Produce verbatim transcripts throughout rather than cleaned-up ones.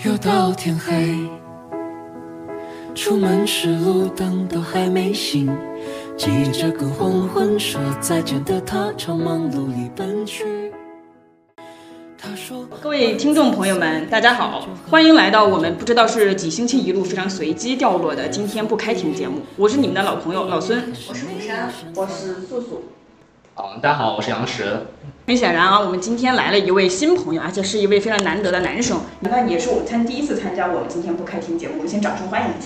又到天黑，出门时路灯都还没醒，记着跟黄昏说再见的他朝忙碌里奔去。 各位听众朋友们大家好，欢迎来到我们不知道是几星期一路非常随机掉落的今天不开庭节目，我是你们的老朋友老孙， 我是吴珊， 我是素素。 啊，大家好，我是杨石。 很显然啊，我们今天来了一位新朋友，而且是一位非常难得的男生，那也是我们参第一次参加我们今天不开庭节目，我们先掌声欢迎一下。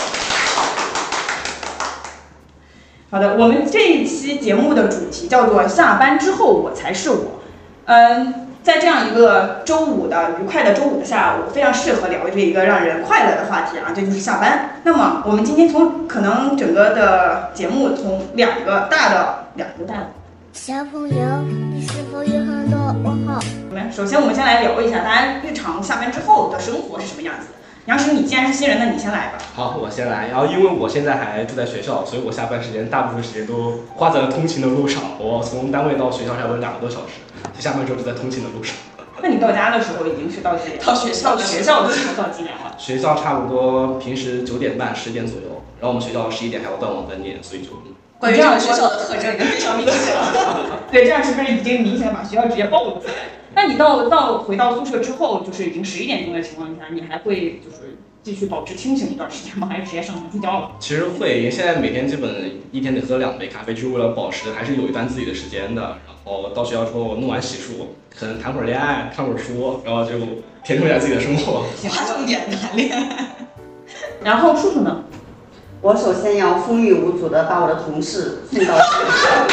好的，我们这一期节目的主题叫做下班之后我才是我。嗯，在这样一个周五的愉快的周五的下午，非常适合聊这一个让人快乐的话题啊，这就是下班。那么我们今天从可能整个的节目从两个大的两个大的小朋友，你是否有很多问号？ 首先我们先来聊一下大家日常下班之后的生活是什么样子的。杨石，你既然是新人，那你先来吧。 好，我先来。然后因为我现在还住在学校，所以我下班时间大部分时间都花在了通勤的路上。我从单位到学校差不多两个多小时，下班之后就在通勤的路上。 那你到家的时候已经是到几点？ 到学校到学校的时候到几点了？ 学校差不多平时九点半、十点左右，然后我们学校十一点还要断网断电，所以就。 关于这样学校的特征已经非常明显了。 对，这样是不是已经明显把学校直接暴露出来？那你到到回到宿舍之后，就是已经十一点钟的情况下，你还会就是继续保持清醒一段时间吗？还是直接上床睡觉了？ 其实会，因为现在每天基本一天得喝两杯咖啡，就是为了保持还是有一段自己的时间的。然后到学校之后弄完洗漱，可能谈会儿恋爱，看会儿书，然后就填充一下自己的生活。 划重点谈恋爱。 然后叔叔呢？ 我首先要风雨无阻的把我的同事送到学校。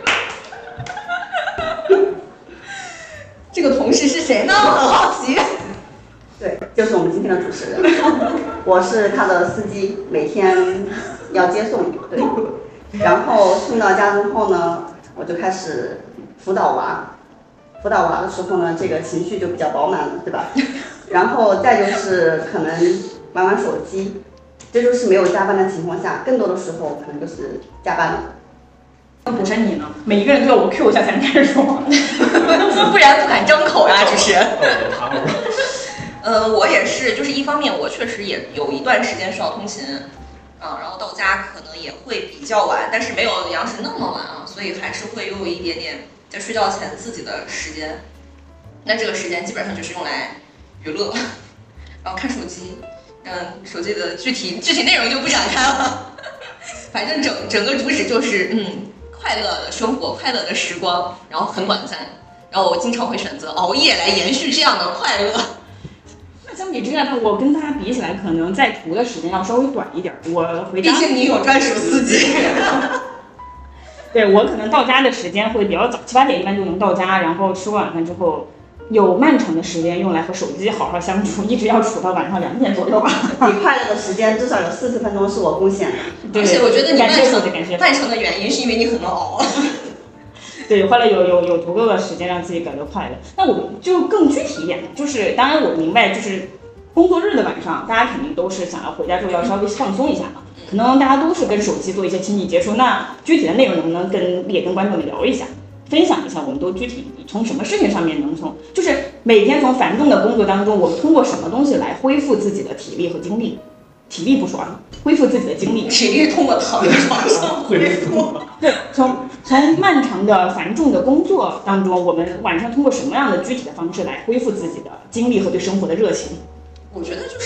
这个同事是谁呢？我很好奇。 对，就是我们今天的主持人。我是他的司机，每天要接送。对，然后送到家之后呢，我就开始辅导娃。辅导娃的时候呢，这个情绪就比较饱满了，对吧？然后再就是可能玩玩手机。这就是没有加班的情况下，更多的时候可能就是加班了。 那古山你呢？每一个人都要我 Q 一下才能开始说话， 不然不敢张口呀，主持人。呃，我也是，就是一方面我确实也有一段时间需要通勤，啊，然后到家可能也会比较晚，但是没有杨石那么晚啊，所以还是会有一点点在睡觉前自己的时间。那这个时间基本上就是用来娱乐，然后看手机。嗯，手机的具体具体内容就不展开了，反正整整个主旨就是嗯，快乐的生活，快乐的时光，然后很短暂，然后我经常会选择熬夜来延续这样的快乐。 那相比之下呢，我跟他比起来，可能在途的时间要稍微短一点。我回家， 毕竟你有专属司机。 对，我可能到家的时间会比较早，七八点一般就能到家，然后吃过晚饭之后。有漫长的时间用来和手机好好相处，一直要处到晚上两点左右吧。 你快乐的时间至少有四十分钟是我贡献的。 对， 而且我觉得你漫长的漫长的原因是因为你很能熬。 对，后来有有有足够的时间让自己感到快乐。那我就更具体一点，就是当然我明白，就是工作日的晚上，大家肯定都是想要回家之后要稍微放松一下嘛。可能大家都是跟手机做一些亲密接触，那具体的内容能不能跟也跟观众们聊一下？分享一下，我们都具体从什么事情上面能从，就是每天从繁重的工作当中，我们通过什么东西来恢复自己的体力和精力？体力不说啊，恢复自己的精力。 体力通过躺在床上恢复。 对，从从漫长的繁重的工作当中，我们晚上通过什么样的具体的方式来恢复自己的精力和对生活的热情？ 我觉得就是，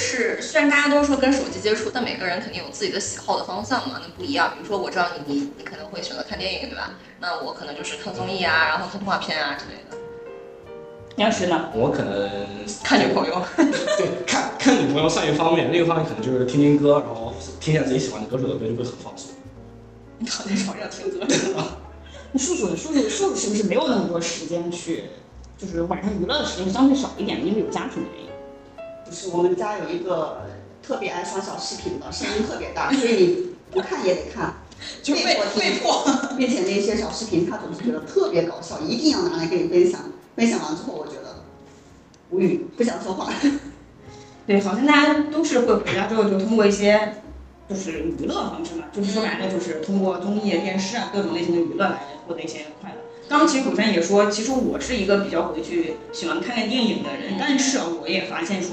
虽然大家都说跟手机接触，但每个人肯定有自己的喜好的方向嘛，那不一样。比如说，我知道你你你可能会选择看电影，对吧？那我可能就是看综艺啊，然后看动画片啊之类的。 杨石呢？ 我可能看女朋友。 对，看看女朋友算一方面，另一方面可能就是听听歌，然后听一下自己喜欢的歌手的歌，就会很放松。 你躺在床上听歌。 那叔叔呢？叔叔叔叔是不是没有那么多时间去，就是晚上娱乐的时间相对少一点，因为有家庭原因？ 就是我们家有一个特别爱刷小视频的，声音特别大，所以你不看也得看， 就被被迫， 并且那些小视频他总是觉得特别搞笑，一定要拿来跟你分享。分享完之后，我觉得无语，不想说话。 对，好像大家都是会回家之后就通过一些就是娱乐方式嘛，就是说白了就是通过综艺、电视啊各种类型的娱乐来获得一些快乐。刚刚其实主持人也说，其实我是一个比较回去喜欢看看电影的人，但是啊，我也发现说，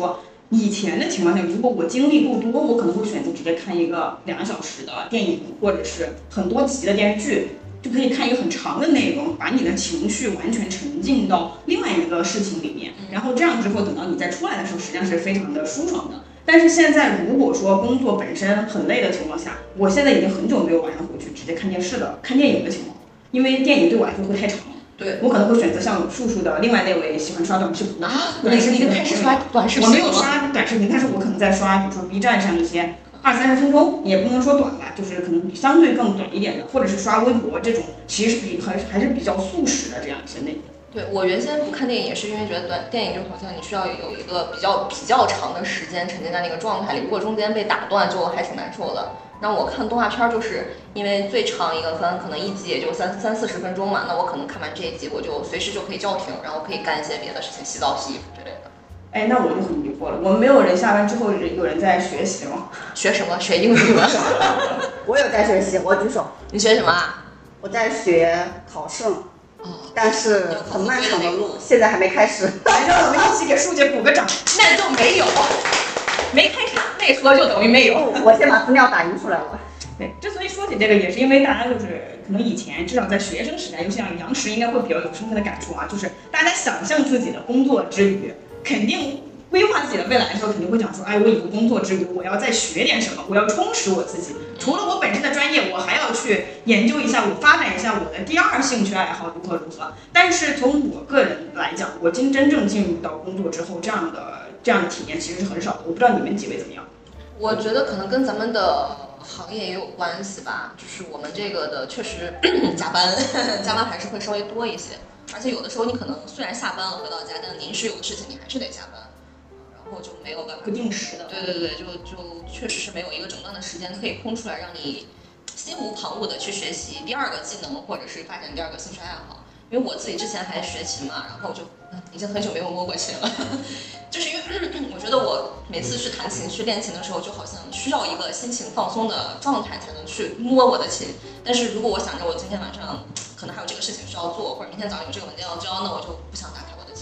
以前的情况下，如果我精力够多，我可能会选择直接看一个两个小时的电影，或者是很多集的电视剧，就可以看一个很长的内容，把你的情绪完全沉浸到另外一个事情里面，然后这样之后，等到你再出来的时候，实际上是非常的舒爽的。但是现在如果说工作本身很累的情况下，我现在已经很久没有晚上回去直接看电视的、看电影的情况，因为电影对我来说会太长。 对， 我可能会选择像树树的另外那位喜欢刷短视频啊，你是已经开始刷短视频了？我没有刷短视频，但是我可能在刷，比如说 B 站上一些二三十分钟，也不能说短吧，就是可能相对更短一点的，或者是刷微博这种，其实是比还是还是比较速食的这样一些内容。 对，我原先不看电影也是因为觉得短电影就好像你需要有一个比较比较长的时间沉浸在那个状态里，如果中间被打断就还挺难受的。那我看动画片就是因为最长一个番可能一集也就三三四十分钟嘛，那我可能看完这一集我就随时就可以叫停，然后可以干一些别的事情，洗澡、洗衣服之类的。 哎，那我就很疑惑了，我们没有人下班之后有人在学习吗？ 学什么？学英语吗？ 我有在学习，我举手。 你学什么啊？ 我在学考试。 哦， 但是很漫长的路，现在还没开始。 来，让我们一起给树姐鼓个掌。 那就没有，没开场，没说就等于没有。 我先把资料打印出来了。 对，之所以说起这个，也是因为大家就是可能以前至少在学生时代，尤其像杨石应该会比较有深刻的感触啊，就是大家想象自己的工作之余，肯定规划自己的未来的时候，肯定会讲说，哎，我以后工作之余，我要再学点什么，我要充实我自己。除了我本身的专业，我还要去研究一下，我发展一下我的第二兴趣爱好如何如何。但是从我个人来讲，我真真正进入到工作之后，这样的这样的体验其实是很少的。我不知道你们几位怎么样？ 我觉得可能跟咱们的行业也有关系吧，就是我们这个的确实加班，加班还是会稍微多一些。而且有的时候你可能虽然下班了回到家，但临时有的事情你还是得加班。然后就没有办法不定时的， 对对对，就就确实是没有一个整段的时间可以空出来，让你心无旁骛的去学习第二个技能，或者是发展第二个兴趣爱好。因为我自己之前还学琴嘛，然后就已经很久没有摸过琴了，就是因为我觉得我每次去弹琴、去练琴的时候，就好像需要一个心情放松的状态才能去摸我的琴。但是如果我想着我今天晚上可能还有这个事情需要做，或者明天早上有这个文件要交，那我就不想打开我的琴。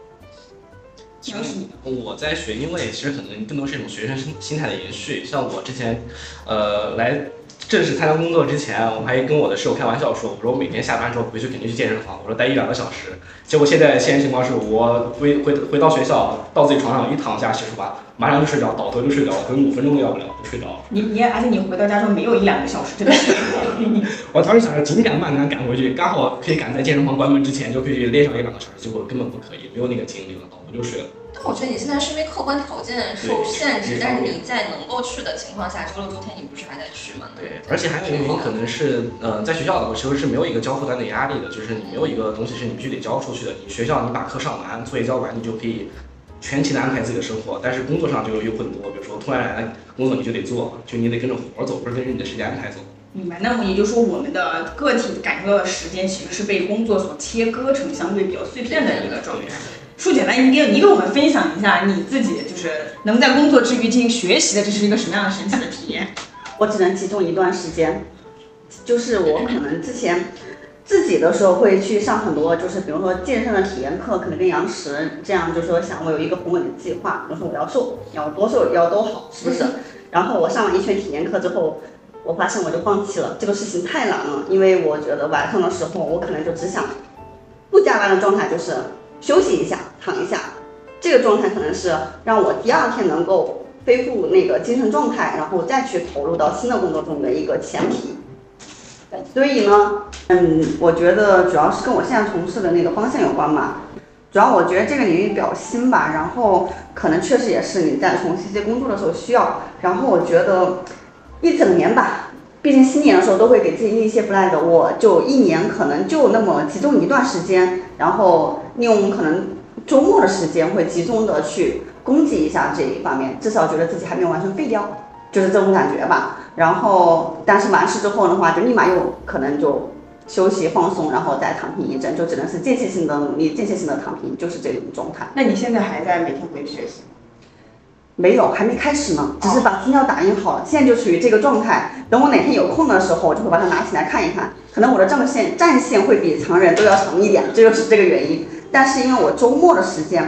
我在学英文其实可能更多是一种学生心态的延续。像我之前，呃，来正式参加工作之前，我还跟我的室友开玩笑说，我说我每天下班之后回去肯定去健身房，我说待一两个小时。结果现在现实情况是我回回回到学校，到自己床上一躺下洗漱完，马上就睡着，倒头就睡着，可能五分钟都要不了就睡着了。 你你而且你回到家之后没有一两个小时，真的是。 我当时想着紧赶慢赶赶回去，刚好可以赶在健身房关门之前就可以练上一两个小时，结果根本不可以，没有那个精力了，倒头就睡了。 但我觉得你现在是因为客观条件受限制，但是你在能够去的情况下，周六周天你不是还在去吗？ 对，而且还有一个原因可能是，呃，在学校的时候是没有一个交付端的压力的，就是你没有一个东西是你必须得交出去的。你学校你把课上完，作业交完，你就可以全期的安排自己的生活。但是工作上就有很多，比如说突然来工作你就得做，就你得跟着活走，不是跟着你的时间安排走。 明白。那么也就是说，我们的个体感受到的时间其实是被工作所切割成相对比较碎片的一个状态。舒姐，来，你给你给我们分享一下你自己就是能在工作之余进行学习的，这是一个什么样的神奇的体验？ 我只能集中一段时间，就是我可能之前自己的时候会去上很多，就是比如说健身的体验课，可能跟杨石这样，就是说想我有一个宏伟的计划，比如说我要瘦，要多瘦，要多好，是不是？然后我上了一圈体验课之后，我发现我就放弃了，这个事情太难了，因为我觉得晚上的时候我可能就只想不加班的状态，就是休息一下，躺一下，这个状态可能是让我第二天能够恢复那个精神状态，然后再去投入到新的工作中的一个前提。所以呢，嗯，我觉得主要是跟我现在从事的那个方向有关吧。主要我觉得这个领域比较新吧，然后可能确实也是你在从事这些工作的时候需要。然后我觉得一整年吧，毕竟新年的时候都会给自己立一些 flag， 我就一年可能就那么集中一段时间，然后利用可能周末的时间会集中的去攻击一下这一方面，至少觉得自己还没有完全废掉，就是这种感觉吧。然后但是完事之后的话，就立马又可能就休息放松，然后再躺平一阵，就只能是间歇性的努力，间歇性的躺平，就是这种状态。 那你现在还在每天回去学习？ 没有，还没开始呢，只是把资料打印好了，现在就处于这个状态。等我哪天有空的时候，我就会把它拿起来看一看。可能我的战线战线会比常人都要长一点，这就是这个原因。但是因为我周末的时间，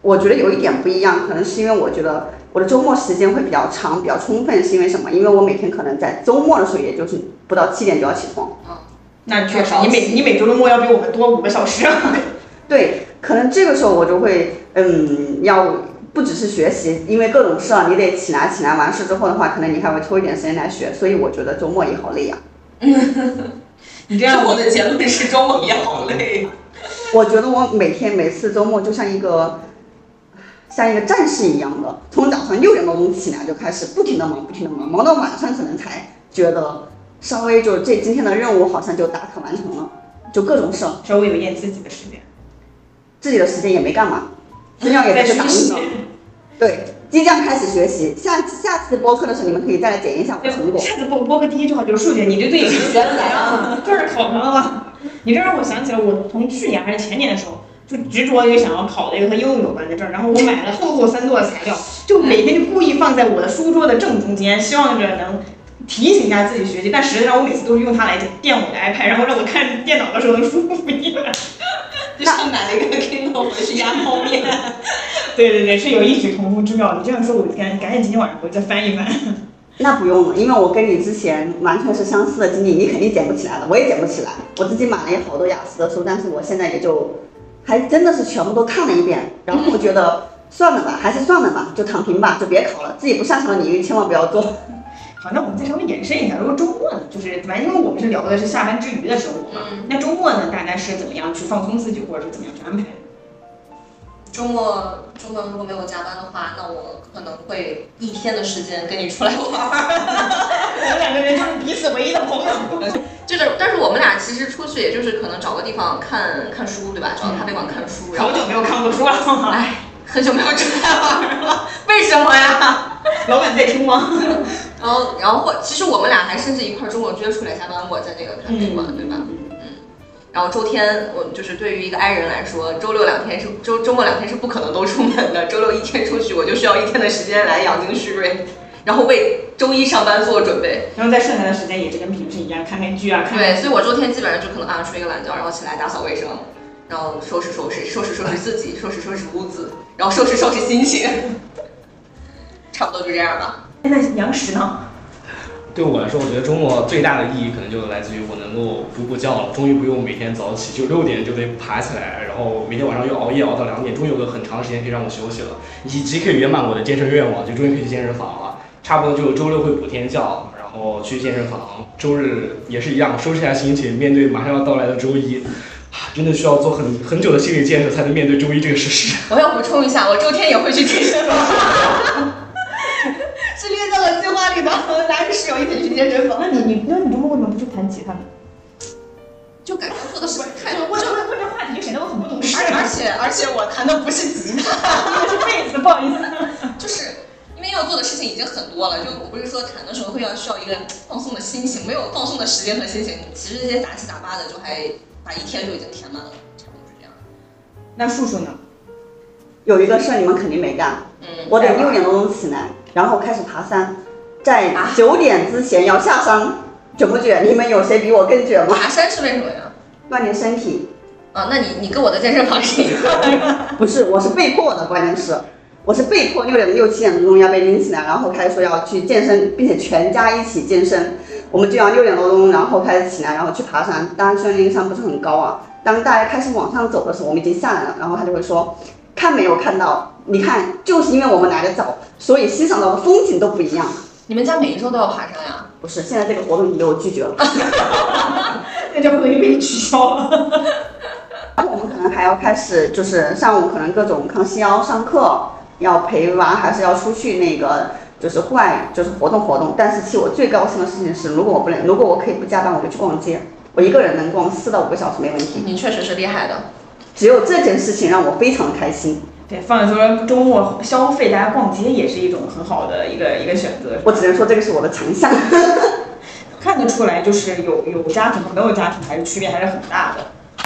我觉得有一点不一样，可能是因为我觉得我的周末时间会比较长、比较充分，是因为什么？因为我每天可能在周末的时候，也就是不到七点就要起床。 嗯， 那确实，你每你每周周末要比我们多五个小时。 对，可能这个时候我就会，嗯，要不只是学习，因为各种事儿你得起来，起来完事之后的话，可能你还会抽一点时间来学，所以我觉得周末也好累呀、 啊。你这样，我的结论是周末也好累。 我觉得我每天每次周末就像一个。像一个战士一样的，从早上六点多钟起来就开始不停的忙，不停的忙，忙到晚上可能才觉得稍微就这今天的任务好像就打卡完成了，就各种事， 稍微有一点自己的时间， 自己的时间也没干嘛，资料也就是打印的，对，即将开始学习，下下次播客的时候你们可以再来检验一下我的成果。 下次播播客第一句话就是数学，你对自己学的咋样？这是考上了吗？你这让我想起了我从去年还是前年的时候。就执着于想要考的一个和英语有关的证，然后我买了厚厚三摞的材料，就每天就故意放在我的书桌的正中间，希望着能提醒一下自己学习。但实际上我每次都是用它来垫我的 iPad， 然后让我看电脑的时候能舒服一点。 就像买了一个 Kindle 回去压泡面。 对对对，是有异曲同工之妙。你这样说，我赶赶紧今天晚上回去再翻一翻。 那不用了，因为我跟你之前完全是相似的经历，你肯定捡不起来的，我也捡不起来。我自己买了也好多雅思的书，但是我现在也就。还真的是全部都看了一遍，然后我觉得算了吧，还是算了吧，就躺平吧，就别考了，自己不擅长的领域千万不要做。 好，那我们再稍微延伸一下，如果周末呢，就是反正因为我们是聊的是下班之余的生活嘛，那周末呢，大概是怎么样去放松自己，或者是怎么样去安排？ 周末周末如果没有加班的话，那我可能会一天的时间跟你出来玩。 我们两个人就是彼此唯一的朋友。 就是，但是我们俩其实出去，也就是可能找个地方看看书，对吧？找个咖啡馆看书。 好久没有看过书了， 哎，很久没有出来玩了。为什么呀？ 老板在听吗？ 然后，然后或其实我们俩还甚至一块周末约出来加班过，在那个咖啡馆，嗯、对吧？嗯。然后周天，我就是对于一个 I 人来说，周六两天是周周末两天是不可能都出门的。周六一天出去，我就需要一天的时间来养精蓄锐。然后为周一上班做准备， 然后在剩下的时间也是跟平时一样看看剧啊，看对，所以我周天基本上就可能啊睡一个懒觉，然后起来打扫卫生，然后收拾收拾收拾收拾自己，收拾收拾屋子，然后收拾收拾心情，差不多就这样吧。 那杨石呢？ 对我来说，我觉得周末最大的意义可能就来自于我能够不顾觉了，终于不用每天早起，就六点就得爬起来，然后每天晚上又熬夜熬到两点，终于有个很长的时间可以让我休息了，以及可以圆满我的健身愿望，就终于可以去健身房了。差不多就周六会补天教，然后去健身房。周日也是一样，收拾一下心情，面对马上要到来的周一，真的需要做很很久的心理建设，才能面对周一这个事实。 我要补充一下，我周天也会去健身房，是列在了计划里的。拿着室友一起去健身房。 那你你那你周末为什么不去弹吉他呢？ 就感觉做的事情太多。 我就问这话题就显得我很不懂事。 而且而且我弹的不是吉他， 是贝斯，不好意思。 就是。因为要做的事情已经很多了，就我不是说弹的时候会要需要一个放松的心情，没有放松的时间和心情，其实这些杂七杂八的就还把一天就已经填满了，差不多是这样。 那树树呢？ 有一个事你们肯定没干，嗯，我得六点多钟起来，然后开始爬山，在九点之前要下山，卷不卷？你们有谁比我更卷吗？ 爬山是为什么呀？ 锻炼身体。 啊，那你你跟我的健身房是一个的？ 不是，我是被迫的，关键是。我是被迫六点六七点钟要被拎起来，然后开始说要去健身，并且全家一起健身。我们就要六点多钟，然后开始起来，然后去爬山。当然，虽然那个山不是很高啊，当大家开始往上走的时候，我们已经下来了。然后他就会说：“看没有看到？你看，就是因为我们来得早，所以欣赏到的风景都不一样。” 你们家每一周都要爬山呀？ 不是，现在这个活动已经被我拒绝了。 那这活动就被你取消了。 然后我们可能还要开始，就是上午可能各种康熙要上课。要陪娃还是要出去那个就是户外就是活动活动，但是其实我最高兴的事情是，如果我不能，如果我可以不加班，我就去逛街，我一个人能逛四到五个小时没问题。 你确实是厉害的， 只有这件事情让我非常开心。 对，放说周末消费，大家逛街也是一种很好的一个一个选择。 我只能说这个是我的强项。 看得出来，就是有有家庭和没有家庭还是区别还是很大的。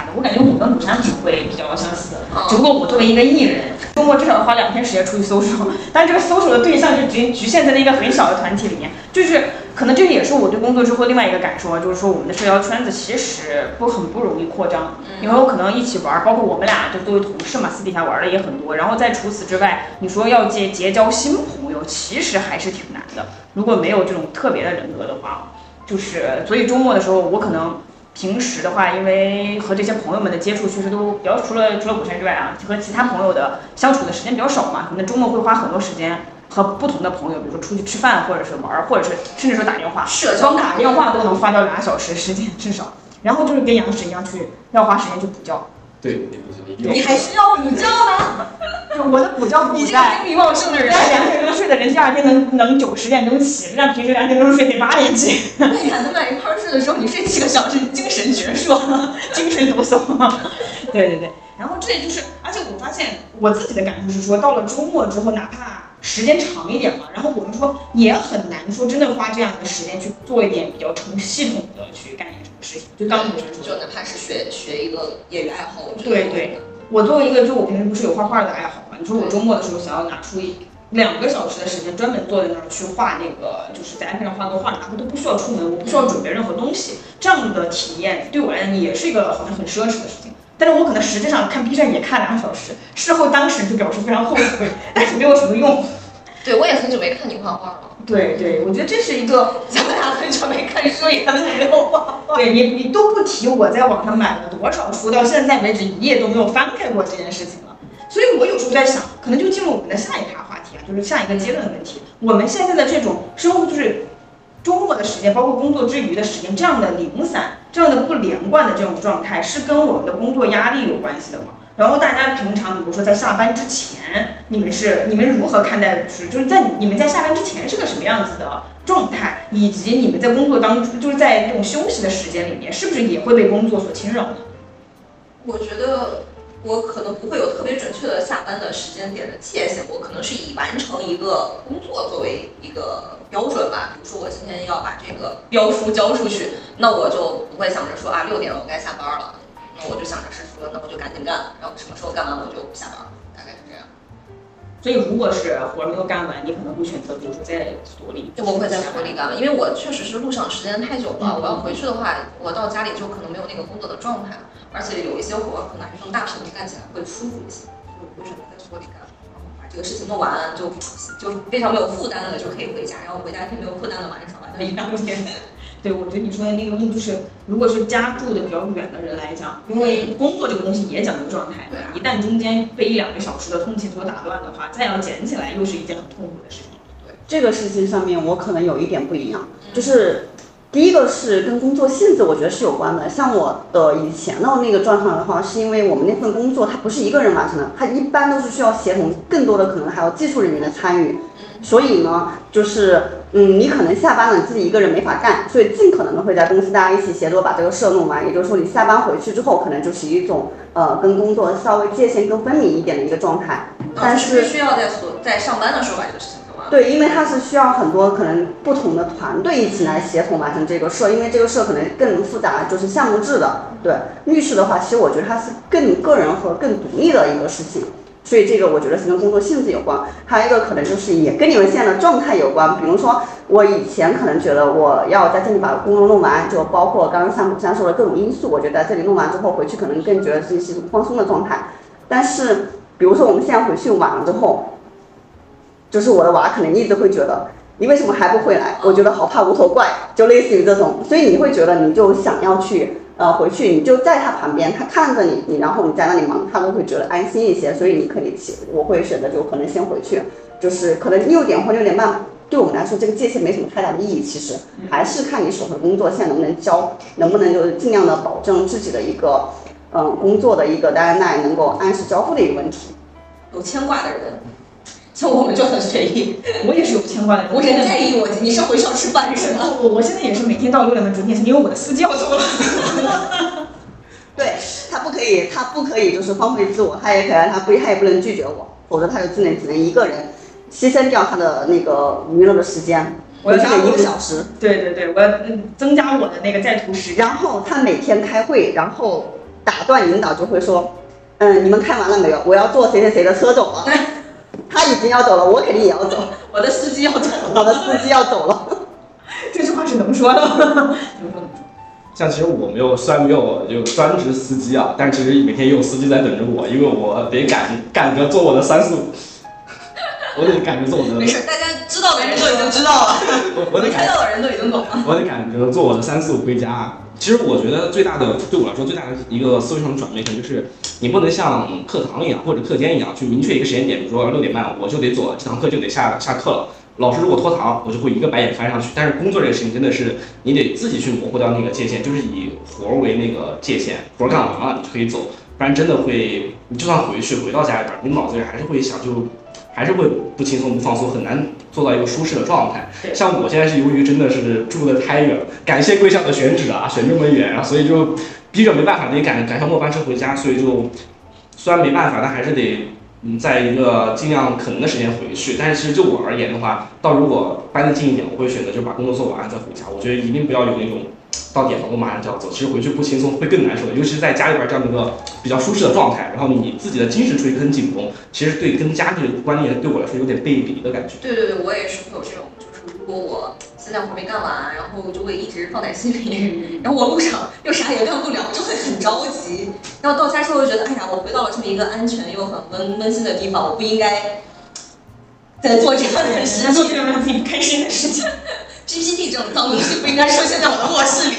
的。我感觉我跟鲁山体会比较相似，只不过我作为一个艺人，周末至少要花两天时间出去搜索，但这个搜索的对象就局局限在了一个很小的团体里面，就是可能这也是我对工作之后另外一个感受啊，就是说我们的社交圈子其实不很不容易扩张，因为我可能一起玩，包括我们俩就作为同事嘛，私底下玩的也很多，然后在除此之外，你说要结结交新朋友，其实还是挺难的。如果没有这种特别的人格的话，就是所以周末的时候，我可能平时的话，因为和这些朋友们的接触确实都比较，除了除了古山之外啊，和其他朋友的相处的时间比较少嘛，可能周末会花很多时间和不同的朋友，比如说出去吃饭，或者是玩，或者是甚至说打电话，光打电话都能花掉俩小时时间至少。然后就是跟杨石一样去要花时间去补觉。 对， 你还需要补觉呢？ 我的补觉补在精力旺盛的人， 两点钟睡的人，第二天能能九十点钟起，让平时两点钟睡得八点起。 那你还能在一块睡的时候，你睡七个小时，你精神矍铄， 精神抖擞。对对对，然后这就是，而且我发现我自己的感受是说，到了周末之后，哪怕时间长一点嘛，然后我们说也很难说真的花这样的时间去做一点比较成系统的去干一点什么事情。就刚才说， 就哪怕是学学一个业余爱好，我觉得对对。我作为一个，就我平时不是有画画的爱好嘛？你说我周末的时候想要拿出一两个小时的时间，专门坐在那儿去画那个，就是在 iPad 上画个画，哪怕都不需要出门，我不需要准备任何东西，这样的体验对我来讲也是一个好像很奢侈的事情。但是我可能实际上看 B 站也看两个小时，事后当时就表示非常后悔，但是没有什么用。 对，我也很久没看你画画了。 对对，我觉得这是一个， 咱们俩很久没看书，也很久没有画画。 对你，你都不提我在网上买了多少书，到现在为止一页都没有翻开过这件事情了。所以我有时候在想，可能就进入我们的下一趴话题啊，就是下一个阶段的问题。我们现在的这种生活，就是周末的时间，包括工作之余的时间，这样的零散、这样的不连贯的这种状态，是跟我们的工作压力有关系的吗？然后大家平常，比如说在下班之前，你们是你们如何看待？就是就是在你们在下班之前是个什么样子的状态，以及你们在工作当中，就是在这种休息的时间里面，是不是也会被工作所侵扰呢？ 我觉得我可能不会有特别准确的下班的时间点的界限，我可能是以完成一个工作作为一个标准吧。比如说我今天要把这个标书交出去，那我就不会想着说啊六点了我该下班了。我就想着是说，那我就赶紧干，然后什么时候干完我就下班，大概是这样。 所以如果是活没有干完，你可能会选择，比如说在所里， 就我会在所里干完，因为我确实是路上时间太久了，嗯、我要回去的话，我到家里就可能没有那个工作的状态，而且有一些活可能还是用大屏幕干起来会舒服一些，所以我会选择在所里干，然后把这个事情弄完，就就非常没有负担的就可以回家，然后回家一天没有负担的晚上晚上一两天。 对，我觉得你说的那个问题就是，如果是家住的比较远的人来讲，因为工作这个东西也讲究状态，对，一旦中间被一两个小时的通勤所打断的话，再要捡起来又是一件很痛苦的事情。 对，这个事情上面我可能有一点不一样，就是第一个是跟工作性质，我觉得是有关的。像我的以前的那个状态的话，是因为我们那份工作它不是一个人完成的，它一般都是需要协同更多的可能还有技术人员的参与，所以呢，就是嗯，你可能下班了，你自己一个人没法干，所以尽可能的会在公司大家一起协作把这个事弄完。也就是说，你下班回去之后，可能就是一种呃跟工作稍微界限更分明一点的一个状态。但是必须要在所在上班的时候把这个事情做完。 对，因为它是需要很多可能不同的团队一起来协同完成这个事，因为这个事可能更复杂，就是项目制的。对，律师的话，其实我觉得它是更个人和更独立的一个事情。所以这个我觉得是跟工作性质有关，还有一个可能就是也跟你们现在的状态有关。比如说我以前可能觉得我要在这里把工作弄完，就包括刚刚像像说的各种因素，我觉得在这里弄完之后回去可能更觉得自己是一种放松的状态。但是比如说我们现在回去晚了之后，就是我的娃可能一直会觉得你为什么还不回来，我觉得好怕无头怪，就类似于这种，所以你会觉得你就想要去呃，回去你就在他旁边，他看着你，你然后你在那里忙，他都会觉得安心一些，所以你可以起，我会选择就可能先回去，就是可能六点或六点半，对我们来说这个界限没什么太大的意义，其实还是看你手头工作现在能不能交，能不能就是尽量的保证自己的一个嗯工作的一个deadline能够按时交付的一个问题。 有牵挂的人。像我们就很随意， 我也是有牵挂的人。 我很在意我，你是回校吃饭是吗？ 我我现在也是每天到六点半准点，因为我的司机要走了。 对，他不可以，他不可以就是荒废自我，他也可以，他不，他也不能拒绝我，否则他就只能只能一个人牺牲掉他的那个娱乐的时间。 我要加一个小时。 对对对，我要增加我的那个在途时间。 然后他每天开会，然后打断引导，就会说，嗯，你们看完了没有？我要坐谁谁谁的车走了。他已经要走了，我肯定也要走。 我的司机要走了， 我的司机要走了。 这句话是能说的吗？怎么说怎么说？ 像其实我没有，虽然没有就专职司机啊，但其实每天也有司机在等着我，因为我得赶赶着做我的三四五，我得赶着做我的。 没事，大家知道的人都已经知道了， 我得看到的人都已经懂了。 我得赶着做我的三四五回家。其实我觉得最大的，对我来说最大的一个思维上的转变，可能就是你不能像课堂一样或者课间一样去明确一个时间点，比如说六点半我就得走，这堂课就得下下课了。老师如果拖堂，我就会一个白眼翻上去。但是工作这个事情真的是你得自己去模糊掉那个界限，就是以活为那个界限，活干完了你就可以走，不然真的会，你就算回去回到家里边，你脑子里还是会想，就还是会不轻松不放松，很难做到一个舒适的状态。像我现在是由于真的是住得太远，感谢贵校的选址啊，选这么远，然后所以就逼着没办法得赶赶上末班车回家，所以就虽然没办法，但还是得。嗯，在一个尽量可能的时间回去，但是其实就我而言的话，到如果搬得近一点，我会选择就把工作做完再回家。我觉得一定不要有那种到点了我马上就要走，其实回去不轻松，会更难受的。尤其是在家里边这样的一个比较舒适的状态，然后你自己的精神处于很紧绷，其实对跟家这个观念对我来说有点背离的感觉。 对对对，我也是会有这种，就是如果我现在活没干完，然后就会一直放在心里，然后我路上又啥也干不了，就会很着急。然后到家之后就觉得，哎呀，我回到了这么一个安全又很温温馨的地方，我不应该在做这样的事情， 做这样让自己不开心的事情。 G P T 这种脏东西不应该出现在我的卧室里。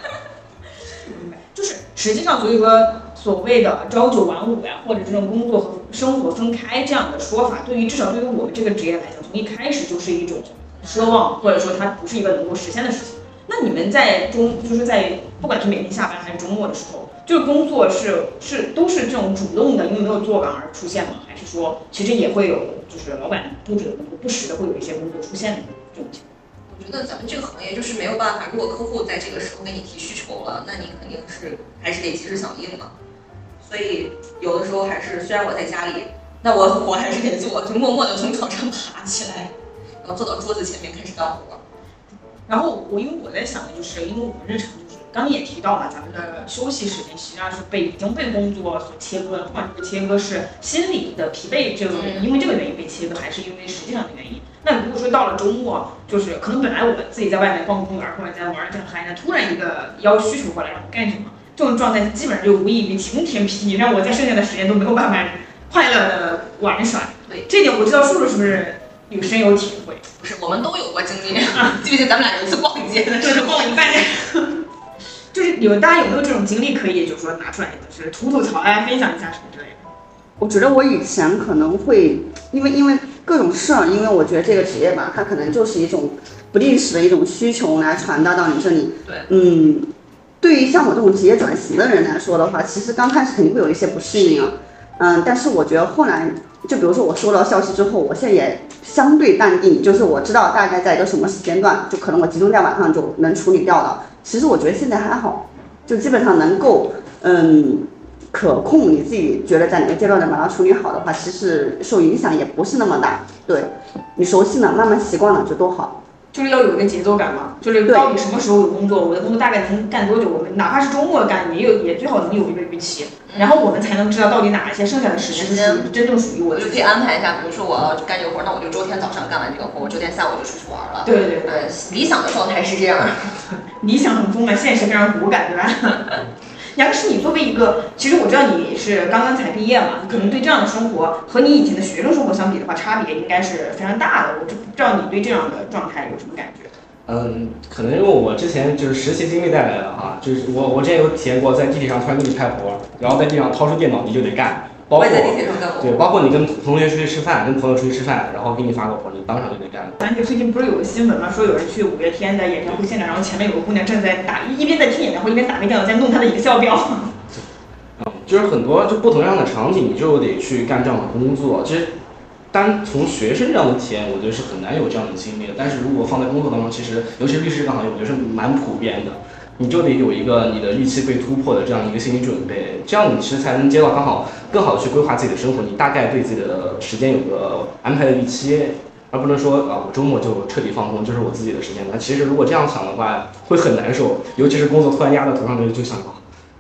就是实际上，所以说所谓的朝九晚五呀，或者这种工作和生活分开这样的说法，对于至少对于我们这个职业来讲，从一开始就是一种奢望，或者说它不是一个能够实现的事情。那你们在中，就是在不管是每天下班还是周末的时候，这个工作是是都是这种主动的，因为没有做完而出现吗？还是说其实也会有，就是老板布置的工作不时的会有一些工作出现的这种情况？ 我觉得咱们这个行业就是没有办法，如果客户在这个时候给你提需求了，那你肯定是还是得及时响应嘛。所以有的时候还是，虽然我在家里，那我活还是得做，就默默地从床上爬起来，然后坐到桌子前面开始干活。 然后我因为我在想的就是，因为我们日常就是刚刚也提到嘛，咱们的休息时间实际上是被已经被工作所切割了，不管这个切割是心理的疲惫这个因为这个原因被切割，还是因为实际上的原因。那如果说到了周末，就是可能本来我自己在外面逛公园或者在玩得正嗨呢，突然一个要需求过来让我干什么，这种状态基本上就无异于晴天霹雳，让我在剩下的时间都没有办法快乐的玩耍。 对， 这点我知道叔叔是不是有深有体会？ 不是，我们都有过经历。记不记得咱们俩有一次逛街的时候， 逛一半，就是有大家有没有这种经历可以，就是说拿出来，就是吐吐槽啊，分享一下什么之类的？ 我觉得我以前可能会，因为因为各种事儿，因为我觉得这个职业吧，它可能就是一种不定时的一种需求来传达到你这里。 对， 嗯，对于像我这种职业转型的人来说的话，其实刚开始肯定会有一些不适应啊。嗯，但是我觉得后来，就比如说我收到消息之后，我现在也相对淡定，就是我知道大概在一个什么时间段，就可能我集中在晚上就能处理掉了。其实我觉得现在还好，就基本上能够嗯可控，你自己觉得在哪个阶段能把它处理好的话，其实受影响也不是那么大。对，你熟悉了，慢慢习惯了就都好。 就是要有一个节奏感嘛，就是到底什么时候有工作，我的工作大概能干多久，我们哪怕是周末干，也有也最好能有一个预期，然后我们才能知道到底哪一些剩下的时间是属于真正属于我的。 我就可以安排一下，比如说我要干这个活，那我就周天早上干完这个活，我周天下午就出去玩了。 对对对， 呃，理想的状态是这样。 理想很丰满，现实非常骨感，对吧？杨师，你作为一个，其实我知道你是刚刚才毕业嘛，你可能对这样的生活和你以前的学生生活相比的话，差别应该是非常大的。我就不知道你对这样的状态有什么感觉？ 嗯，可能因为我之前就是实习经历带来的哈，就是我我之前有体验过在地铁上突然给你派活，然后在地上掏出电脑你就得干，包括在地铁上干活， 对，包括你跟同学出去吃饭，跟朋友出去吃饭，然后给你发个活，你当场就得干。 而且最近不是有个新闻吗？说有人去五月天的演唱会现场，然后前面有个姑娘正在打，一边在听演唱会，一边打开电脑在弄她的 Excel 表。 嗯，就是很多就不同样的场景，你就得去干这样的工作。其实单从学生这样的体验，我觉得是很难有这样的经历的。但是如果放在工作当中，其实尤其是律师这个行业，我觉得是蛮普遍的。你就得有一个你的预期被突破的这样一个心理准备，这样你其实才能接到刚好更好的去规划自己的生活。你大概对自己的时间有个安排的预期，而不能说啊我周末就彻底放空，就是我自己的时间。那其实如果这样想的话，会很难受，尤其是工作突然压在头上的，就想啊，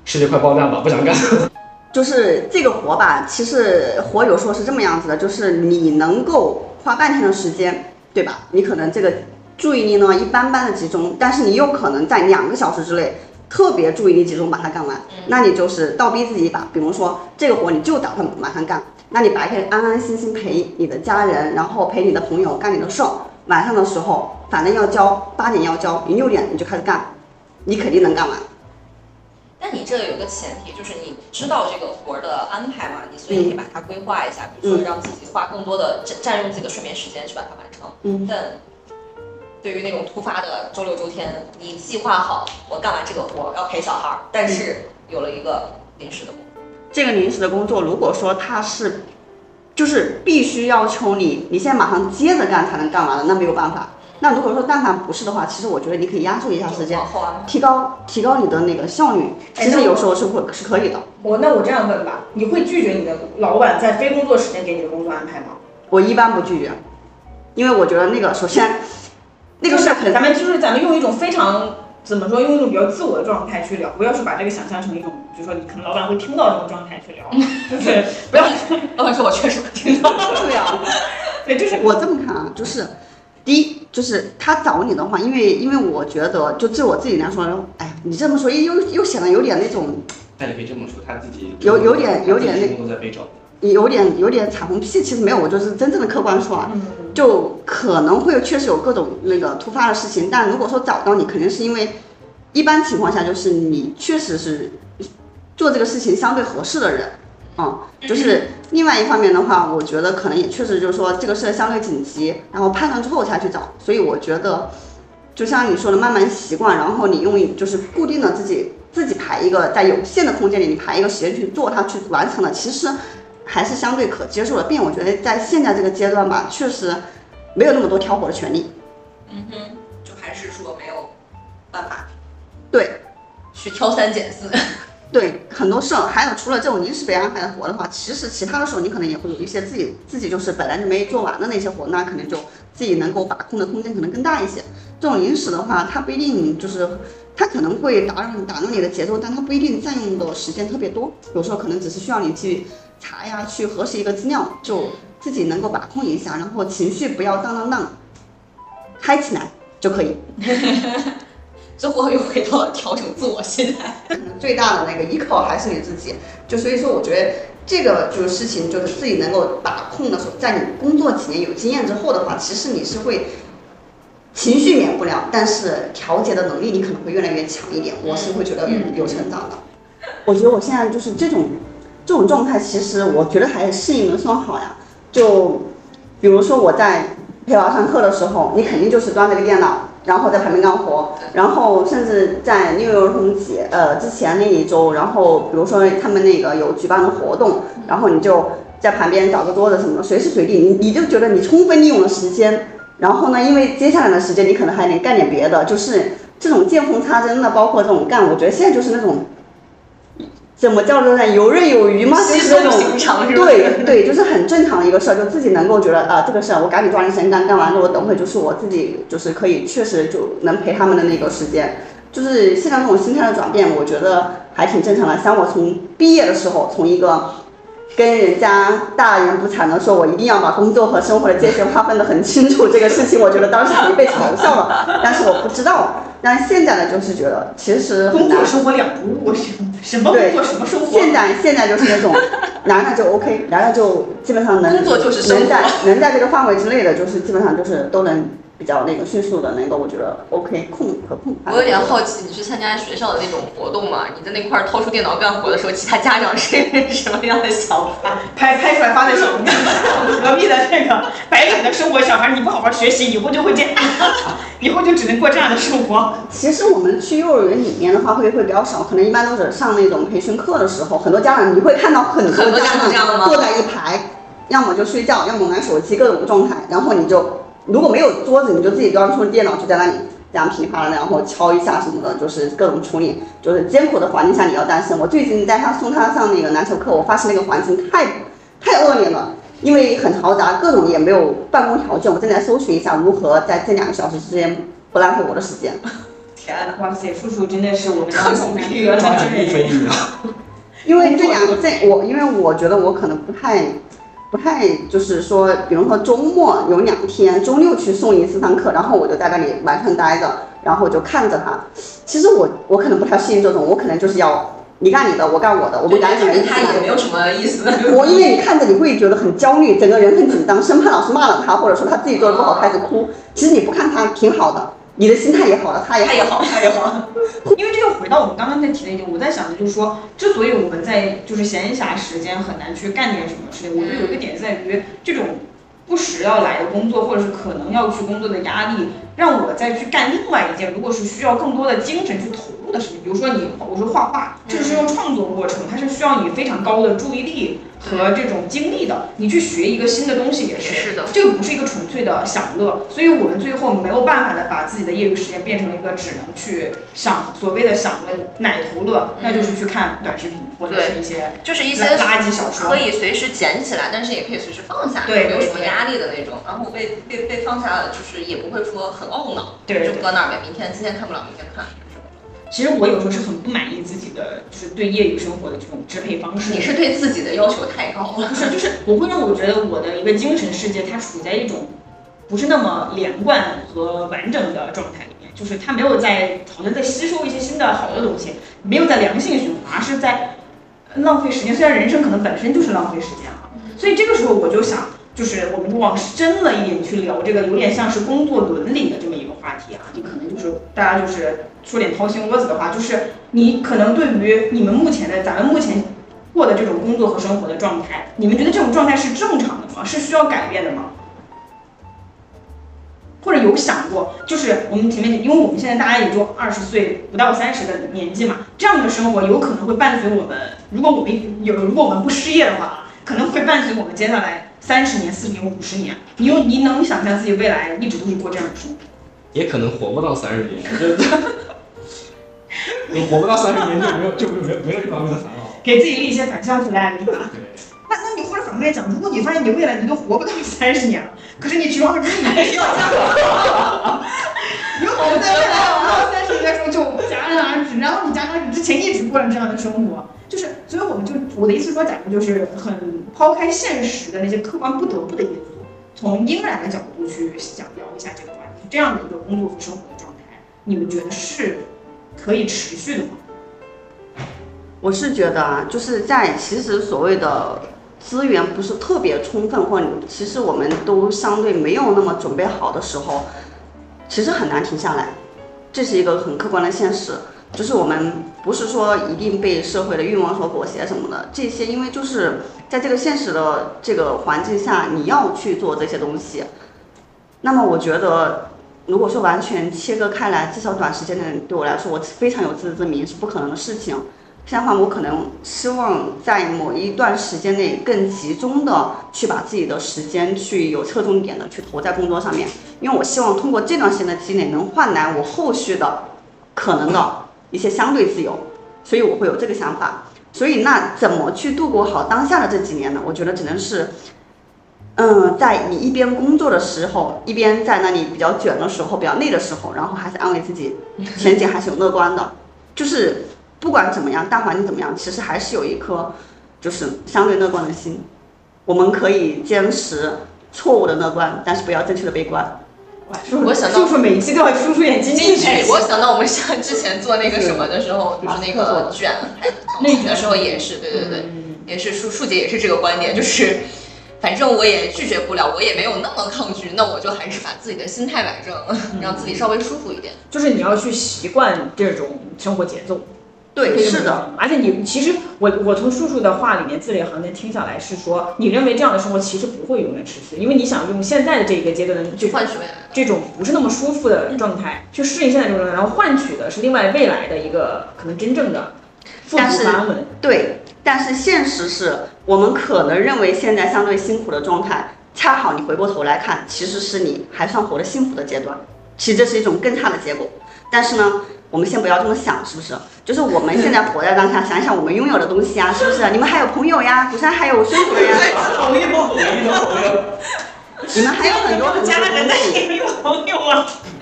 世界快爆炸了，不想干。 就是这个活吧，其实活有时候是这么样子的，就是你能够花半天的时间，对吧？你可能这个注意力呢一般般的集中，但是你有可能在两个小时之内特别注意力集中把它干完，那你就是倒逼自己一把。比如说这个活你就打算马上干，那你白天安安心心陪你的家人，然后陪你的朋友干你的事儿，晚上的时候反正要交，八点要交，你六点你就开始干，你肯定能干完。 但你这有个前提，就是你知道这个活的安排嘛，你所以你把它规划一下，比如说让自己花更多的占占用自己的睡眠时间去把它完成。嗯，但对于那种突发的周六周天，你计划好我干完这个活要陪小孩，但是有了一个临时的工作。 这个临时的工作，如果说它是就是必须要求你你现在马上接着干才能干完了，那没有办法。那如果说但凡不是的话，其实我觉得你可以压缩一下时间，提高提高你的那个效率，其实有时候是会是可以的。 我那我这样问吧，你会拒绝你的老板在非工作时间给你的工作安排吗？ 我一般不拒绝，因为我觉得那个首先那个事可能咱们就是咱们用一种非常怎么说，用一种比较自我的状态去聊，不要去把这个想象成一种，比如说你可能老板会听到这种状态去聊，就是不要老板说我确实会听到。 对啊， 对，就是我这么看啊，就是第一就是他找你的话，因为因为我觉得就就我自己来说，哎，你这么说又又显得有点那种， 那你可以这么说，他自己有有点有点那都在被找。 有点有点彩虹屁，其实没有，我就是真正的客观说啊，就可能会确实有各种那个突发的事情，但如果说找到你，肯定是因为一般情况下就是你确实是做这个事情相对合适的人啊、嗯，就是另外一方面的话，我觉得可能也确实就是说这个事相对紧急，然后判断之后才去找，所以我觉得就像你说的，慢慢习惯，然后你用就是固定的自己自己排一个在有限的空间里，你排一个时间去做它去完成的，其实还是相对可接受的，并我觉得在现在这个阶段吧，确实没有那么多挑活的权利。 嗯哼，就还是说没有办法， 对， 去挑三拣四。 对，很多事儿，还有除了这种临时被安排的活的话，其实其他的时候你可能也会有一些自己自己就是本来就没做完的那些活，那可能就自己能够把控的空间可能更大一些。这种临时的话，它不一定就是它可能会打扰打乱你的节奏，但它不一定占用的时间特别多，有时候可能只是需要你去查呀，去核实一个资料，就自己能够把控一下，然后情绪不要当当当，嗨起来就可以。 最后又回到了调整自我心态。 可能最大的那个依靠还是你自己，就所以说我觉得这个就是事情，就是自己能够把控的时候，在你工作几年有经验之后的话，其实你是会情绪免不了，但是调节的能力你可能会越来越强一点。我是会觉得有成长的。我觉得我现在就是这种这种状态，其实我觉得还适应的算好呀。就比如说我在陪娃上课的时候，你肯定就是端着个电脑，然后在旁边干活，然后甚至在六一儿童节呃之前那一周，然后比如说他们那个有举办的活动，然后你就在旁边找个桌子什么的，随时随地你你就觉得你充分利用了时间，然后呢，因为接下来的时间你可能还得干点别的，就是这种见缝插针的，包括这种干，我觉得现在就是那种。怎么叫做呢？游刃有余吗？就是那种对对，就是很正常的一个事儿，就自己能够觉得啊，这个事儿我赶紧抓紧时间干，干完了我等会就是我自己就是可以确实就能陪他们的那个时间，就是现在这种心态的转变，我觉得还挺正常的。像我从毕业的时候，从一个跟人家大言不惭的说我一定要把工作和生活的界限划分得很清楚这个事情，我觉得当时肯定被嘲笑了，但是我不知道。但现在呢，就是觉得其实工作生活两不误，什么工作什么生活。 现在现在就是那种来了就 OK， 来了就基本上能工作就是生活， 能在能在这个范围之内的，就是基本上就是都能比较那个迅速的能够，我觉得 OK 控可控。 我有点好奇，你去参加学校的那种活动嘛？你在那块掏出电脑干活的时候，其他家长是什么样的想法？ 拍拍出来发在小红书，隔壁的这个白领的生活小孩，你不好好学习，以后就会这样，以后就只能过这样的生活。 其实我们去幼儿园里面的话会会比较少，可能一般都是上那种培训课的时候，很多家长你会看到很多家长坐在一排，要么就睡觉，要么玩手机，各种状态，然后你就如果没有桌子，你就自己端出电脑就在那里这样噼里啪啦，然后敲一下什么的，就是各种处理，就是艰苦的环境下你要担心。我最近带他送他上那个篮球课，我发现那个环境太太恶劣了，因为很嘈杂，各种也没有办公条件。我正在搜寻一下如何在这两个小时之间不浪费我的时间。 天哪！ 哇塞，叔叔真的是我们当中难得的一分一秒。 因为这两这我因为我觉得我可能不太不太就是说，比如说周末有两天，周六去送一次堂课，然后我就在那里完全待着，然后我就看着他。其实我我可能不太适应这种，我可能就是要你干你的，我干我的，我们赶紧一起。 他也没有什么意思。 我因为你看着你会觉得很焦虑，整个人很紧张，生怕老师骂了他，或者说他自己做的不好开始哭。其实你不看他挺好的。你的心态也好了，他也他也好，他也好。 因为这个回到我们刚刚在提的一点，我在想的就是说，之所以我们在就是闲暇时间很难去干点什么事情，我觉得有一个点在于这种不时要来的工作，或者是可能要去工作的压力，让我再去干另外一件，如果是需要更多的精神去投入的事情，比如说你，我说画画，这是用创作过程，它是需要你非常高的注意力和这种精力的。你去学一个新的东西也是， 是的， 这个不是一个纯粹的享乐，所以我们最后没有办法的把自己的业余时间变成了一个只能去享所谓的享乐奶头乐，那就是去看短视频或者是一些就是一些垃圾小说， 可以随时捡起来，但是也可以随时放下， 对， 没有什么压力的那种。然后被被被放下了，就是也不会说很懊恼， 对， 就搁那儿呗，明天今天看不了，明天看。 其实我有时候是很不满意自己的，就是对业余生活的这种支配方式。 你是对自己的要求太高了。 不是，就是我会让我觉得我的一个精神世界，它处在一种不是那么连贯和完整的状态里面，就是它没有在好像在吸收一些新的好的东西，没有在良性循环，而是在浪费时间。虽然人生可能本身就是浪费时间啊，所以这个时候我就想，就是我们往深了一点去聊这个，有点像是工作伦理的这么一个话题啊，就可能就是大家就是说点掏心窝子的话，就是你可能对于你们目前的咱们目前过的这种工作和生活的状态，你们觉得这种状态是正常的吗？是需要改变的吗？或者有想过，就是我们前面，因为我们现在大家也就二十岁不到三十的年纪嘛，这样的生活有可能会伴随我们，如果我们有，如果我们不失业的话，可能会伴随我们接下来三十年、四十年、五十年。你有你能想象自己未来一直都是过这样的生活？ 也可能活不到三十年，你活不到三十年就没有就没有没有这方面的烦恼， 给自己立一些反向 flag 是吧？ 对。 那那你或者反过来讲，如果你发现你未来你都活不到三十年了，可是你指望着你没有，你有可能在未来活到三十年的时候就戛然而止，然后你戛然而止之前一直过着这样的生活，就是所以我们就我的意思说，假如就是很抛开现实的那些客观不得不的因素，从应然的角度去想聊一下这个话题，这样的一个工作和生活的状态，你们觉得是可以持续的吗？ 我是觉得啊，就是在其实所谓的资源不是特别充分，或者其实我们都相对没有那么准备好的时候，其实很难停下来，这是一个很客观的现实。就是我们不是说一定被社会的欲望所裹挟什么的，这些因为就是在这个现实的这个环境下，你要去做这些东西。那么我觉得，如果说完全切割开来，至少短时间内对我来说，我非常有自知之明是不可能的事情。相反，我可能希望在某一段时间内更集中的去把自己的时间去有侧重点的去投在工作上面，因为我希望通过这段时间的积累能换来我后续的可能的一些相对自由，所以我会有这个想法。所以那怎么去度过好当下的这几年呢？我觉得只能是，嗯，在你一边工作的时候，一边在那里比较卷的时候、比较累的时候，然后还是安慰自己，前景还是有乐观的，就是。不管怎么样，大环境怎么样，其实还是有一颗就是相对乐观的心。我们可以坚持错误的乐观，但是不要正确的悲观。 我想到， 就是每一期都要输出点金句。 我想到我们像之前做那个什么的时候，就是那个卷那个的时候也是，对对对，也是树树姐也是这个观点，就是反正我也拒绝不了，我也没有那么抗拒，那我就还是把自己的心态摆正，让自己稍微舒服一点。 就是你要去习惯这种生活节奏。 对，是的， 而且你其实我我从叔叔的话里面字里行间听下来是说，你认为这样的生活其实不会永远持续，因为你想用现在的这个阶段的去换取未来这种不是那么舒服的状态去适应现在这种状态，然后换取的是另外未来的一个可能真正的富足安稳。 对，但是现实是我们可能认为现在相对辛苦的状态，恰好你回过头来看，其实是你还算活得幸福的阶段，其实这是一种更差的结果。但是呢，我们先不要这么想，是不是？就是我们现在活在当下，想一想我们拥有的东西啊，是不是？你们还有朋友呀，鼓山还有孙主任呀， 朋友，朋友，朋友， 你们还有很多很多家人的也有朋友啊。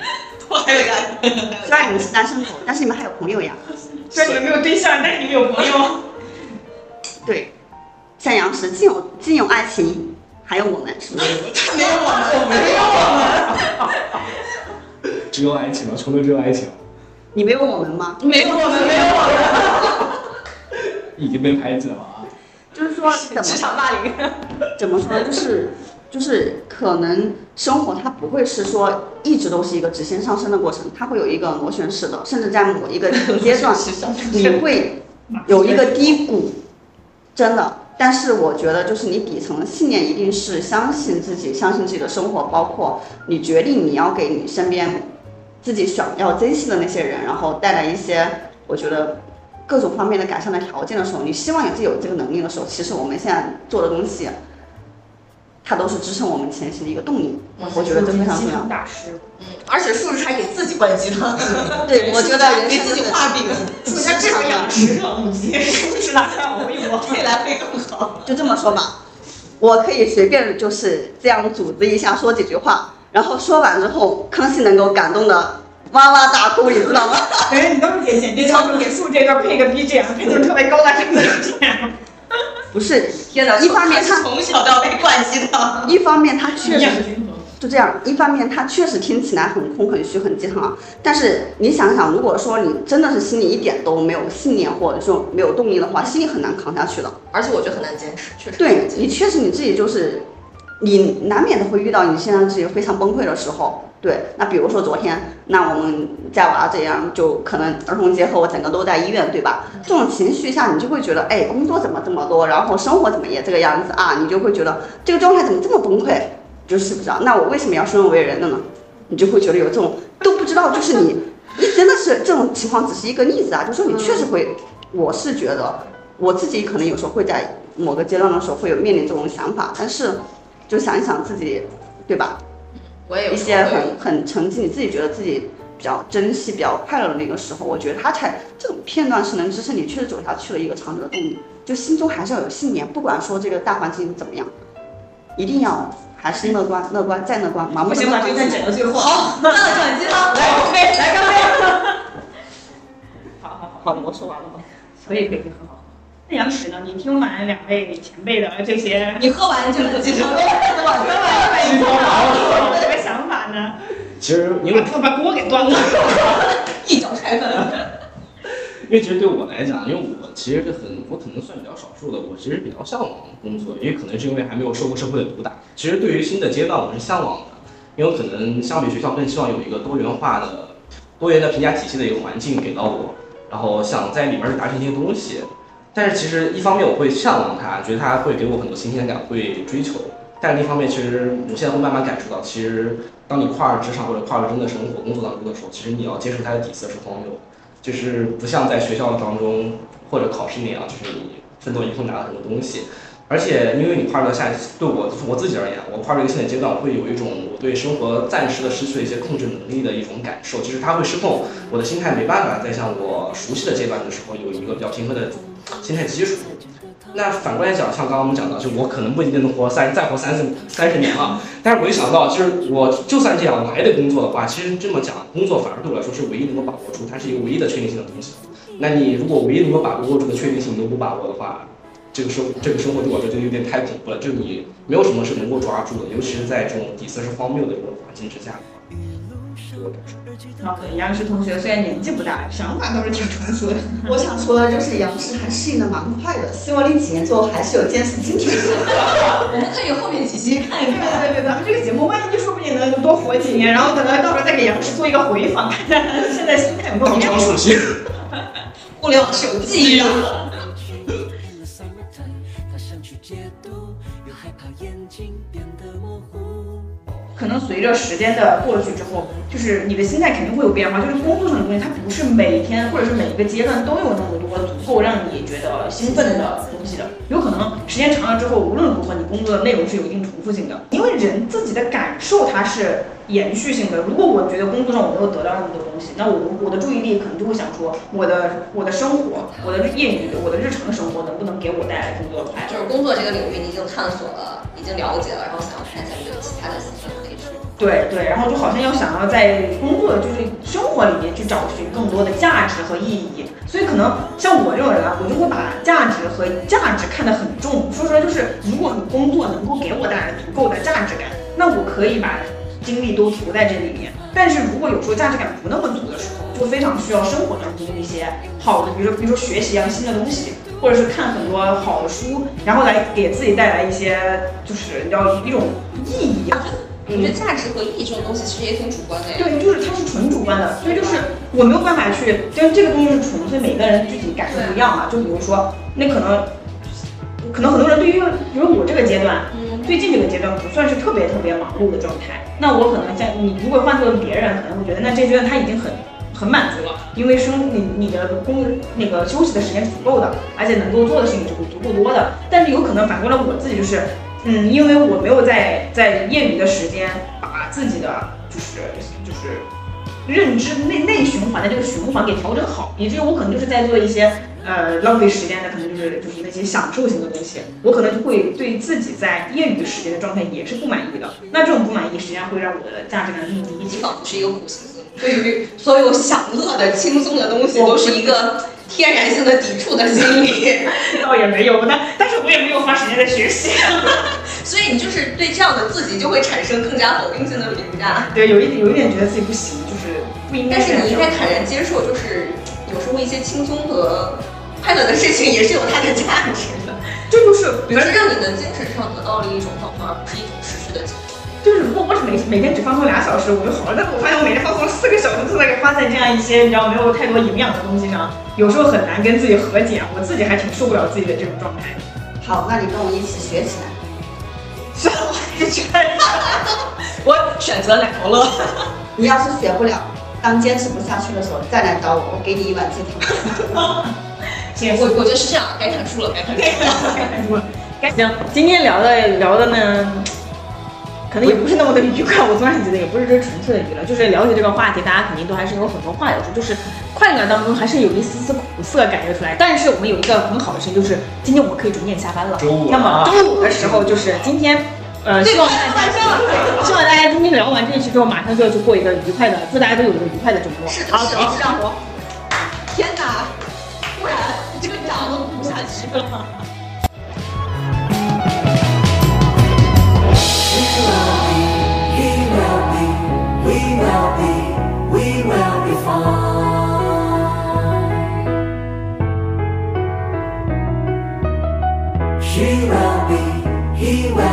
我还有压力。 虽然你们是单身狗，但是你们还有朋友呀。 虽然你们没有对象，但是你们有朋友。 对，像杨石既有既有爱情，还有我们，是不是？ 没有我们，没有我们。只有爱情吗？除了只有爱情。 你没有我们吗？ 没有我们，没有我们。已经被排挤了啊。 就是说怎么职场霸凌？ 怎么说？就是就是可能生活它不会是说一直都是一个直线上升的过程，它会有一个螺旋式的，甚至在某一个阶段你会有一个低谷，真的。但是我觉得就是你底层的信念一定是相信自己，相信自己的生活，包括你决定你要给你身边自己想要珍惜的那些人，然后带来一些我觉得各种方面的改善的条件的时候，你希望你自己有这个能力的时候，其实我们现在做的东西它都是支撑我们前行的一个动力，我觉得这非常重要。 大师， 嗯，而且树是还给自己灌鸡汤， 对，我觉得给自己画饼， 树家至少养十个母鸡，是哪样？我一我未来会更好。 就这么说吧，我可以随便就是这样组织一下说几句话，然后说完之后，康熙能够感动的哇哇大哭，你知道吗？ 哎，你那么典型，你要不给树这段配个 B G M， 配成特别高大上的 B G M。 不是， 天哪！ 一方面他从小就要被灌鸡汤， 一方面他确实就这样，一方面他确实听起来很空、很虚、很鸡汤啊。但是你想想，如果说你真的是心里一点都没有信念，或者说没有动力的话，心里很难扛下去的。 而且我觉得很难坚持，确实。 对你确实你自己就是，你难免的会遇到你现在自己非常崩溃的时候。对，那比如说昨天，那我们家娃这样，就可能儿童节和我整个都在医院，对吧？这种情绪下，你就会觉得，哎，工作怎么这么多，然后生活怎么也这个样子啊？你就会觉得这个状态怎么这么崩溃？就是不知道，那我为什么要生而为人的呢？你就会觉得有这种都不知道，就是你，你真的是这种情况只是一个例子啊，就说你确实会，我是觉得我自己可能有时候会在某个阶段的时候会有面临这种想法，但是就想一想自己，对吧？ 我也有一些很很成绩，你自己觉得自己比较珍惜、比较快乐的那个时候，我觉得它才这种片段是能支撑你确实走下去的一个长久的动力。就心中还是要有信念，不管说这个大环境怎么样，一定要还是乐观、乐观再乐观，盲目的乐观。 不行，把这段剪到最后。 好，那转鸡汤， 来干杯，来干杯。好好好， 好的，我说完了吧？ 可以可以，很好。那杨石呢？你听完两位前辈的这些， 你喝完就能继续。 喝完，喝完，有什么想法呢？ 其实因为把锅给端了， 一脚拆分。 因为其实对我来讲，因为我其实很，我可能算比较少数的，我其实比较向往工作，因为可能是因为还没有受过社会的毒打。其实对于新的阶段，我是向往的，因为可能相比学校更希望有一个多元化的、多元的评价体系的一个环境给到我，然后想在里面达成一些东西。但是其实一方面我会向往它，觉得它会给我很多新鲜感，会追求。但另一方面，其实我现在会慢慢感受到，其实当你跨入职场或者跨入真的生活、工作当中的时候，其实你要接受它的底色是荒谬的，就是不像在学校当中或者考试那样，就是你奋斗以后拿到很多东西。而且因为你跨入了下，对我我自己而言，我跨入一个新的阶段，我会有一种我对生活暂时的失去了一些控制能力的一种感受，就是它会失控，我的心态没办法再像我熟悉的阶段的时候有一个比较平和的心态基础。那反过来讲，像刚刚我们讲到，就我可能不一定能活三再活三十三十年了，但是我一想到，就是我就算这样，我还得工作的话，其实这么讲，工作反而对我来说是唯一能够把握住，它是一个唯一的确定性的东西。那你如果唯一能够把握住的确定性你都不把握的话，这个生这个生活对我来说就有点太恐怖了，就你没有什么是能够抓住的，尤其是在这种底色是荒谬的这种环境之下的话，给我感受。 好，杨石同学虽然年纪不大，想法倒是挺成熟的。 我想说的就是杨石还适应的蛮快的，希望你几年之后还是有坚持今天。 我们可以后面几期看一看。 对对对，咱们这个节目万一说不定能多活几年，然后等到到时候再给杨石做一个回访，看看现在心态有没有变化。 互联网是有记忆的。 可能随着时间的过去之后，就是你的心态肯定会有变化。就是工作上的东西，它不是每天或者是每一个阶段都有那么多足够让你觉得兴奋的东西的。有可能时间长了之后，无论如何你工作的内容是有一定重复性的，因为人自己的感受它是延续性的。如果我觉得工作上我没有得到那么多东西，那我我的注意力可能就会想说，我的我的生活，我的业余，我的日常生活能不能给我带来更多的快乐？ 就是工作这个领域你已经探索了，已经了解了，然后想要看一下有没有其他的细分可以去对对，然后就好像要想要在工作就是生活里面去找寻更多的价值和意义，所以可能像我这种人啊，我就会把价值和价值看得很重。说实话，就是如果你工作能够给我带来足够的价值感，那我可以把精力都投在这里面。但是如果有时候价值感不那么足的时候，就非常需要生活当中一些好的，比如说比如说学习一样新的东西，或者是看很多好的书，然后来给自己带来一些就是你知道一种意义。 我觉得价值和意义这种东西其实也挺主观的。 对，就是它是纯主观的，所以就是我没有办法去，因为这个东西是纯粹每个人具体感受不一样嘛。就比如说，那可能可能很多人对于比如我这个阶段，嗯，最近这个阶段不算是特别特别忙碌的状态，那我可能像你，如果换做别人，可能会觉得那这阶段他已经很很满足了，因为生你你的工那个休息的时间是足够的，而且能够做的事情是足够多的。但是有可能反过来我自己就是。嗯，因为我没有在在业余的时间把自己的就是就是认知内内循环的这个循环给调整好，以至于我可能就是在做一些呃浪费时间的，可能就是就是那些享受型的东西，我可能就会对自己在业余时间的状态也是不满意的。那这种不满意实际上会让我的价值感更低。 你仿佛是一个苦行僧，对于所有享乐的、轻松的东西都是一个天然性的抵触的心理。 倒也没有，但但是我也没有花时间在学习。 所以你就是对这样的自己就会产生更加否定性的评价。 对，有一有一点觉得自己不行，就是不应该。 但是你应该坦然接受，就是有时候一些轻松和快乐的事情也是有它的价值的。 这就是比如说让你的精神上得到了一种放松，而不是一种持续的紧张。 就是如果我只每每天只放松俩小时我就好了，但是我发现我每天放松了四个小时，都在花在这样一些你知道没有太多营养的东西上，有时候很难跟自己和解，我自己还挺受不了自己的这种状态。 好，那你跟我一起学起来。 是我还是我选择奶头乐。 你要是学不了，当坚持不下去的时候再来找我，我给你一碗鸡汤。 行，我我觉得是这样，该看书了，该看书了， 该看书了。行，今天聊的聊的呢，可能也不是那么的愉快。我突然觉得也不是这纯粹的娱乐，就是了解这个话题，大家肯定都还是有很多话要说，就是快乐当中还是有一丝丝苦涩感觉出来。但是我们有一个很好的事情，就是今天我们可以逐渐下班了。 周五， 那么周五的时候就是今天。呃，希望大家，希望大家今天聊完这一期之后，马上就要去过一个愉快的，祝大家都有一个愉快的周末。 是的， 好，走，干活。 天哪，不然这个讲都不下去了。 He will be, he will